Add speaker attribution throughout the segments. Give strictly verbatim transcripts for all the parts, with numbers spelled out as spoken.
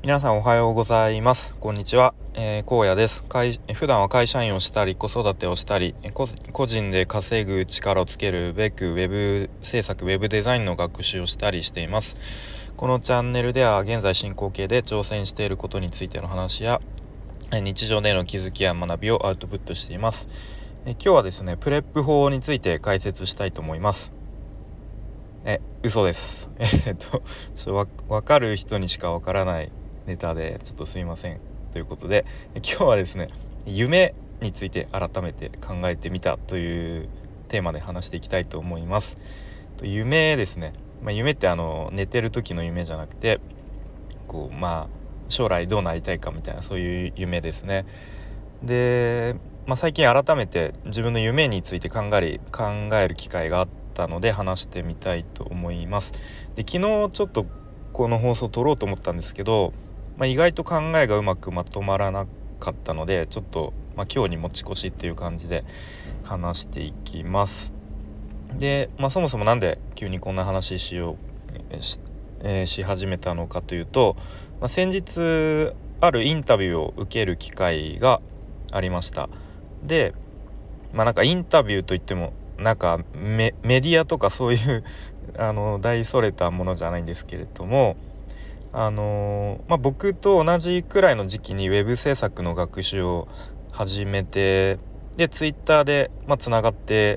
Speaker 1: 皆さんおはようございます。こんにちは、えー、荒野です。会普段は会社員をしたり子育てをしたり個個人で稼ぐ力をつけるべくウェブ制作ウェブデザインの学習をしたりしています。このチャンネルでは現在進行形で挑戦していることについての話や日常での気づきや学びをアウトプットしています。え今日はですねプレップ法について解説したいと思います。え嘘ですえっとちょっとわ分かる人にしかわからないネタでちょっとすいませんということで、今日はですね夢について改めて考えてみたというテーマで話していきたいと思います。夢ですね、まあ、夢ってあの寝てる時の夢じゃなくてこうまあ将来どうなりたいかみたいなそういう夢ですね。で、まあ、最近改めて自分の夢について考える考える機会があったので話してみたいと思います。で昨日ちょっとこの放送を撮ろうと思ったんですけど、まあ、意外と考えがうまくまとまらなかったのでちょっと、まあ、今日に持ち越しっていう感じで話していきます。で、まあ、そもそもなんで急にこんな話しようし,、えーし始めたのかというと、まあ、先日あるインタビューを受ける機会がありました。で、まあなんかインタビューといってもなんか メ, メディアとかそういうあの大それたものじゃないんですけれども、あのーまあ、僕と同じくらいの時期にウェブ制作の学習を始めて、でツイッターでまあつながって、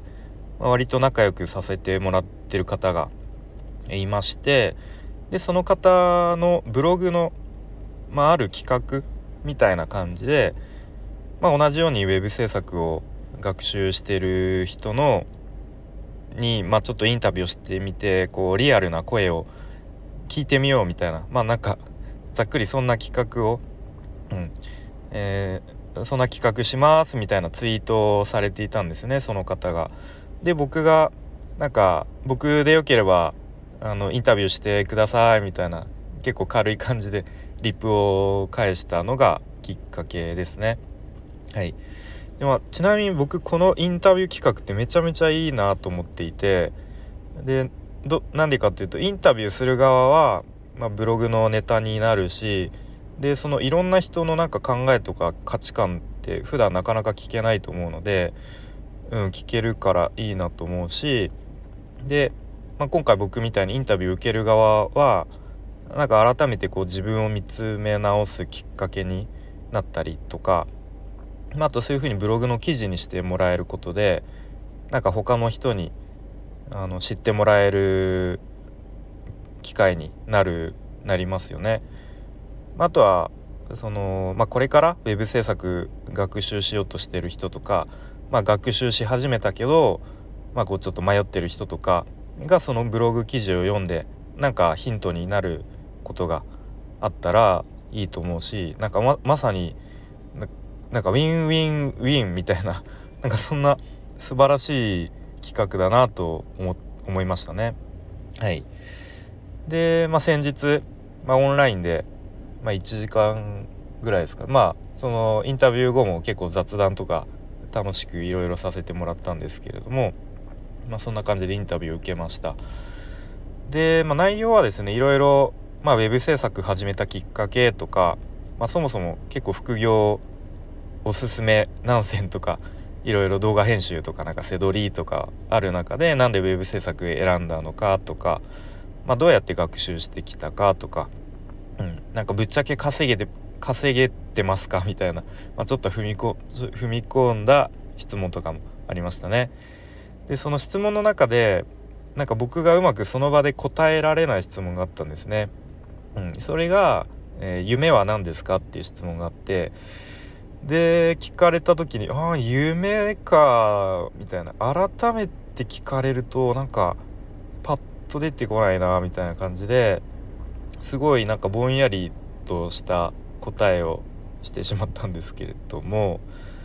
Speaker 1: まあ、割と仲良くさせてもらってる方がいまして、でその方のブログの、まあ、ある企画みたいな感じで、まあ、同じようにウェブ制作を学習してる人のに、まあ、ちょっとインタビューをしてみてこうリアルな声を聞いてみようみたいな、まあなんかざっくりそんな企画を、うんえー、そんな企画しますみたいなツイートをされていたんですね、その方が。で僕がなんか僕でよければあのインタビューしてくださいみたいな結構軽い感じでリップを返したのがきっかけですね。はい。で、まあ、ちなみに僕このインタビュー企画ってめちゃめちゃいいなと思っていて、でどなんでかっていうとインタビューする側は、まあ、ブログのネタになるし、でそのいろんな人のなんか考えとか価値観って普段なかなか聞けないと思うので、うん、聞けるからいいなと思うし、で、まあ、今回僕みたいにインタビュー受ける側はなんか改めてこう自分を見つめ直すきっかけになったりとか、まあ、あとそういうふうにブログの記事にしてもらえることでなんか他の人にあの知ってもらえる機会になるなりますよね。あとはその、まあ、これからウェブ制作学習しようとしてる人とか、まあ、学習し始めたけど、まあ、こうちょっと迷ってる人とかがそのブログ記事を読んでなんかヒントになることがあったらいいと思うし、なんか ま, まさにななんかウィンウィンウィンみたいななんかそんな素晴らしい企画だなと思思いましたね。はい。で、まあ、先日、まあ、オンラインで、まあ、いちじかんぐらいですか、まあそのインタビュー後も結構雑談とか楽しくいろいろさせてもらったんですけれども、まあ、そんな感じでインタビューを受けました。で、まあ、内容はですねいろいろ、まあ、ウェブ制作始めたきっかけとか、まあ、そもそも結構副業おすすめ何選とかいろいろ動画編集とかなんかセドリとかある中でなんでウェブ制作選んだのかとか、まあ、どうやって学習してきたかとか、うん、なんかぶっちゃけ稼げて稼げてますかみたいな、まあ、ちょっと踏みこ踏み込んだ質問とかもありましたね。でその質問の中でなんか僕がうまくその場で答えられない質問があったんですね。うん、それが、えー夢は何ですかっていう質問があって、で聞かれた時にああ夢かみたいな、改めて聞かれるとなんかパッと出てこないなみたいな感じですごいなんかぼんやりとした答えをしてしまったんですけれども、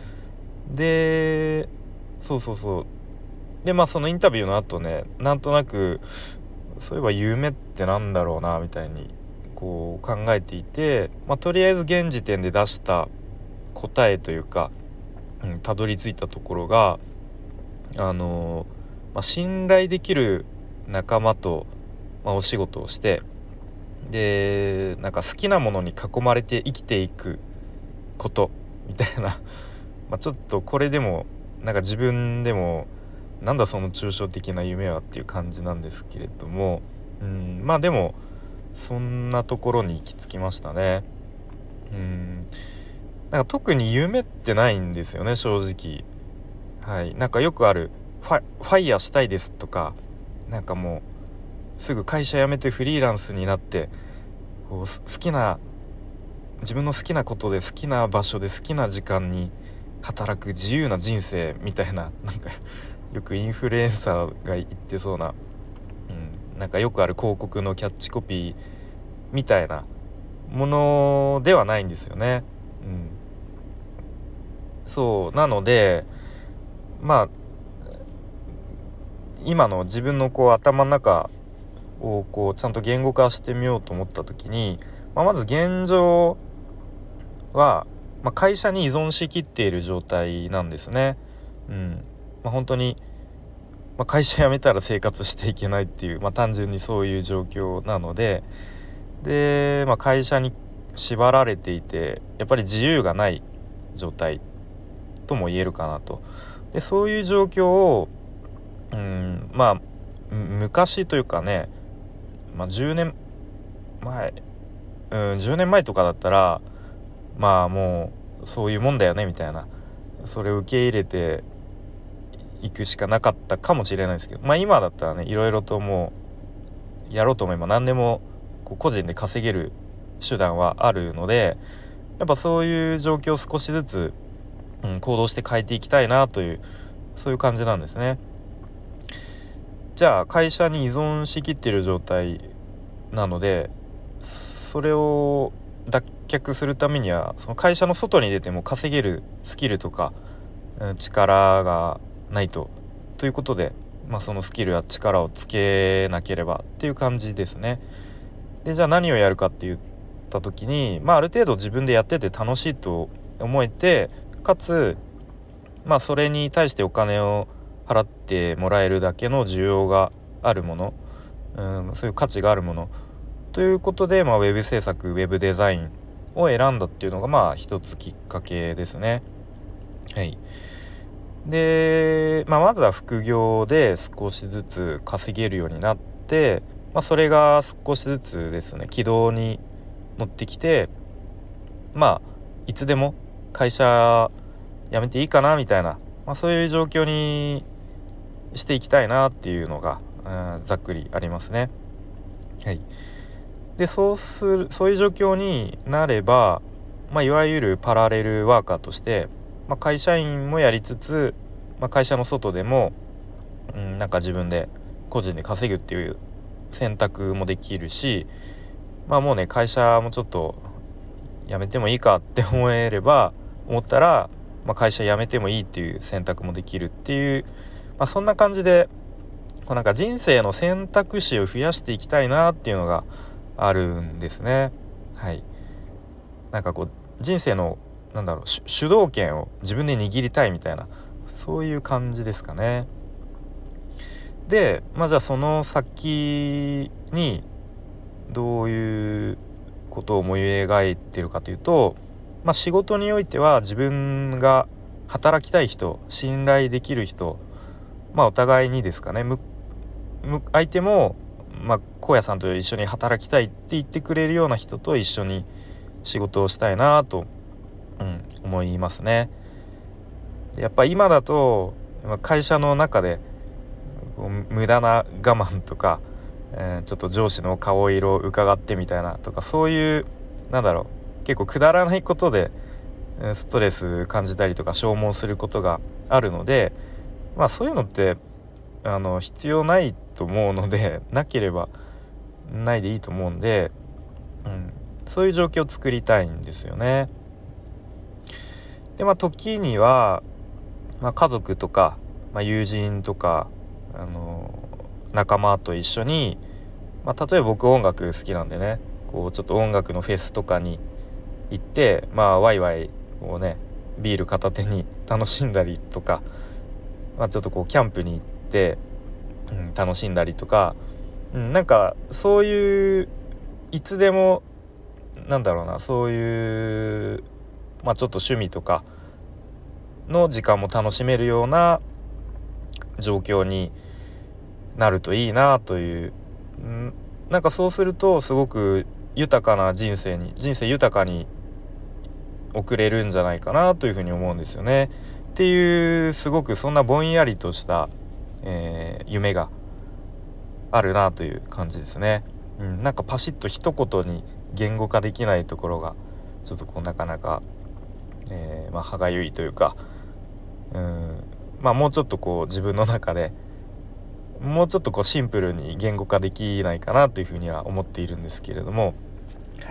Speaker 1: でそうそうそうでまあそのインタビューの後ねなんとなくそういえば夢ってなんだろうなみたいにこう考えていて、まあ、とりあえず現時点で出した答えというかうん、たどり着いたところがあのーまあ、信頼できる仲間と、まあ、お仕事をしてでなんか好きなものに囲まれて生きていくことみたいなまあちょっとこれでもなんか自分でもなんだその抽象的な夢はっていう感じなんですけれども、うん、まあでもそんなところに行き着きましたね。うんなんか特に夢ってないんですよね、正直。はい、なんかよくあるファ、ファイヤーしたいですとか、なんかもうすぐ会社辞めてフリーランスになってこうす好きな自分の好きなことで好きな場所で好きな時間に働く自由な人生みたいな、なんかよくインフルエンサーが言ってそうな、うん、なんかよくある広告のキャッチコピーみたいなものではないんですよね。うん、そうなのでまあ今の自分のこう頭の中をこうちゃんと言語化してみようと思った時に、まあ、まず現状は、まあ、会社に依存しきっている状態なんですね。うんまあ、本当に、まあ、会社辞めたら生活していけないっていう、まあ、単純にそういう状況なので、で、まあ、会社に縛られていてやっぱり自由がない状態とも言えるかなと。でそういう状況をうんまあ昔というかね、まあ、じゅうねんまえ、うん、じゅうねんまえとかだったらまあもうそういうもんだよねみたいな、それを受け入れていくしかなかったかもしれないですけど、まあ今だったらねいろいろともうやろうと思えば何でもこう個人で稼げる手段はあるので、やっぱそういう状況を少しずつ、うん、行動して変えていきたいなというそういう感じなんですね。じゃあ会社に依存しきっている状態なので、それを脱却するためにはその会社の外に出ても稼げるスキルとか、うん、力がないとということで、まあ、そのスキルや力をつけなければっていう感じですね。でじゃあ何をやるかって言った時に、まあ、ある程度自分でやってて楽しいと思えて、かつ、まあ、それに対してお金を払ってもらえるだけの需要があるもの、うん、そういう価値があるものということで、まあ、ウェブ制作ウェブデザインを選んだっていうのがまあ一つきっかけですね。はい。で、まあ、まずは副業で少しずつ稼げるようになって、まあ、それが少しずつですね軌道に乗ってきて、まあいつでも会社辞めていいかなみたいな、まあ、そういう状況にしていきたいなっていうのが、うん、ざっくりありますね。はい。でそうするそういう状況になれば、まあ、いわゆるパラレルワーカーとして、まあ、会社員もやりつつ、まあ、会社の外でも、うん、なんか自分で個人で稼ぐっていう選択もできるし、まあもうね会社もちょっと辞めてもいいかって思えれば思ったら、まあ、会社辞めてもいいっていう選択もできるっていう、まあ、そんな感じでこうなんか人生の選択肢を増やしていきたいなっていうのがあるんですね。はい。なんかこう人生のなんだろう主主導権を自分で握りたいみたいな、そういう感じですかね。で、まあじゃあその先にどういうことを思い描いてるかというと、まあ仕事においては自分が働きたい人、信頼できる人、まあお互いにですかね、むむ相手もまあ荒野さんと一緒に働きたいって言ってくれるような人と一緒に仕事をしたいなと、うん、思いますね。やっぱ今だと会社の中で無駄な我慢とか、えー、ちょっと上司の顔色を伺ってみたいなとか、そういうなんだろう結構くだらないことでストレス感じたりとか消耗することがあるので、まあそういうのってあの必要ないと思うのでなければないでいいと思うんで、うん、そういう状況を作りたいんですよね。でまあ時には、まあ、家族とか、まあ、友人とかあの仲間と一緒に、まあ、例えば僕音楽好きなんでね、こうちょっと音楽のフェスとかに行ってまあワイワイこうねビール片手に楽しんだりとか、まあ、ちょっとこうキャンプに行って、うん、楽しんだりとか、うん、なんかそういういつでもなんだろうな、そういうまあちょっと趣味とかの時間も楽しめるような状況になるといいなという、んなんかそうするとすごく豊かな人生に人生豊かに送れるんじゃないかなというふうに思うんですよね。っていうすごくそんなぼんやりとした、えー夢があるなという感じですね。うん、なんかパシッと一言に言語化できないところがちょっとこうなかなか、えーまあ、歯がゆいというか、うん、まあもうちょっとこう自分の中でもうちょっとこうシンプルに言語化できないかなというふうには思っているんですけれども、はい、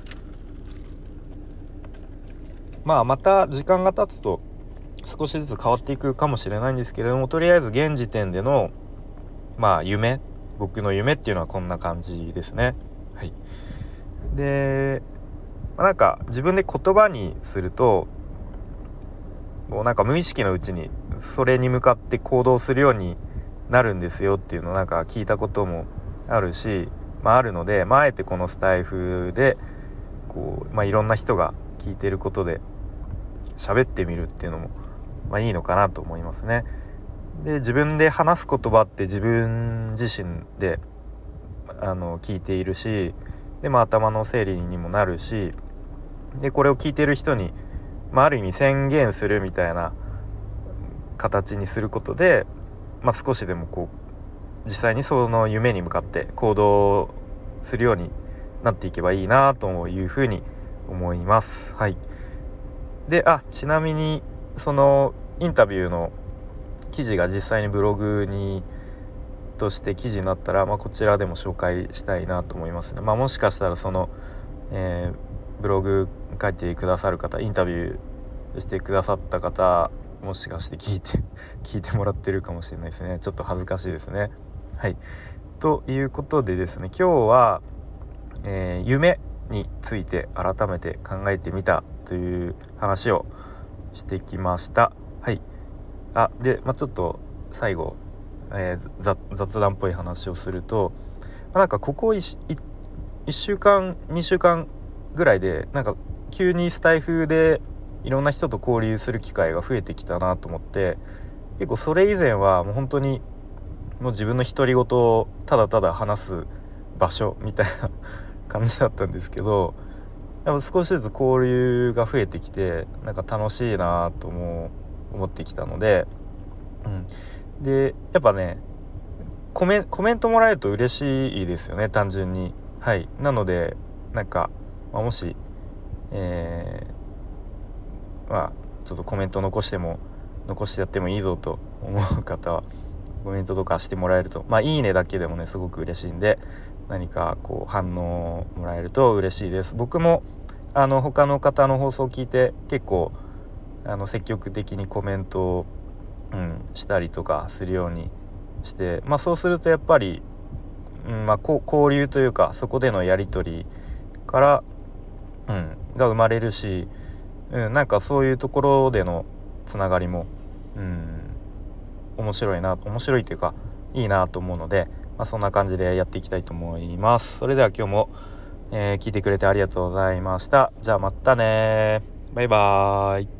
Speaker 1: まあまた時間が経つと少しずつ変わっていくかもしれないんですけれども、とりあえず現時点でのまあ夢僕の夢っていうのはこんな感じですね。はい。で、まあ、なんか自分で言葉にするとこうなんか無意識のうちにそれに向かって行動するようになるんですよっていうのをなんか聞いたこともあるし、まあ、あるので、まあ、あえてこのスタイフでこう、まあ、いろんな人が聞いてることで喋ってみるっていうのも、まあ、いいのかなと思いますね。で、自分で話す言葉って自分自身であの聞いているし、で、まあ、頭の整理にもなるし、でこれを聞いている人に、まあ、ある意味宣言するみたいな形にすることで、まあ、少しでもこう実際にその夢に向かって行動するようになっていけばいいなというふうに思います。はい。で、あ、ちなみにそのインタビューの記事が実際にブログにとして記事になったら、まあ、こちらでも紹介したいなと思いますね。まあ、もしかしたらその、えー、ブログ書いてくださる方、インタビューしてくださった方、もしかして聞いて聞いてもらってるかもしれないですね。ちょっと恥ずかしいですね。はい。ということでですね、今日は、えー、夢について改めて考えてみたという話をしてきました。はい。あ、で、まあ、ちょっと最後、えー、雑談っぽい話をすると、まあ、なんかここ 1, いっしゅうかんにしゅうかんぐらいでなんか急にスタイフでいろんな人と交流する機会が増えてきたなと思って、結構それ以前はもう本当にもう自分の独り言をただただ話す場所みたいな感じだったんですけど、やっぱ少しずつ交流が増えてきてなんか楽しいなとも思ってきたので、うん、でやっぱねコメ、コメントもらえると嬉しいですよね、単純に。はい。なのでなんか、まあ、もし、えー、まあちょっとコメント残しても残してやってもいいぞと思う方はコメントとかしてもらえると、まあいいねだけでもねすごく嬉しいんで、何かこう反応もらえると嬉しいです。僕もあの他の方の放送を聞いて結構あの積極的にコメントを、うん、したりとかするようにして、まあそうするとやっぱり、うんまあ、こ交流というかそこでのやり取りから、うん、が生まれるし、うん、なんかそういうところでのつながりも、うん、面白いな面白いというかいいなと思うので、まあ、そんな感じでやっていきたいと思います。それでは今日も、えー聞いてくれてありがとうございました。じゃあまたね、バイバーイ。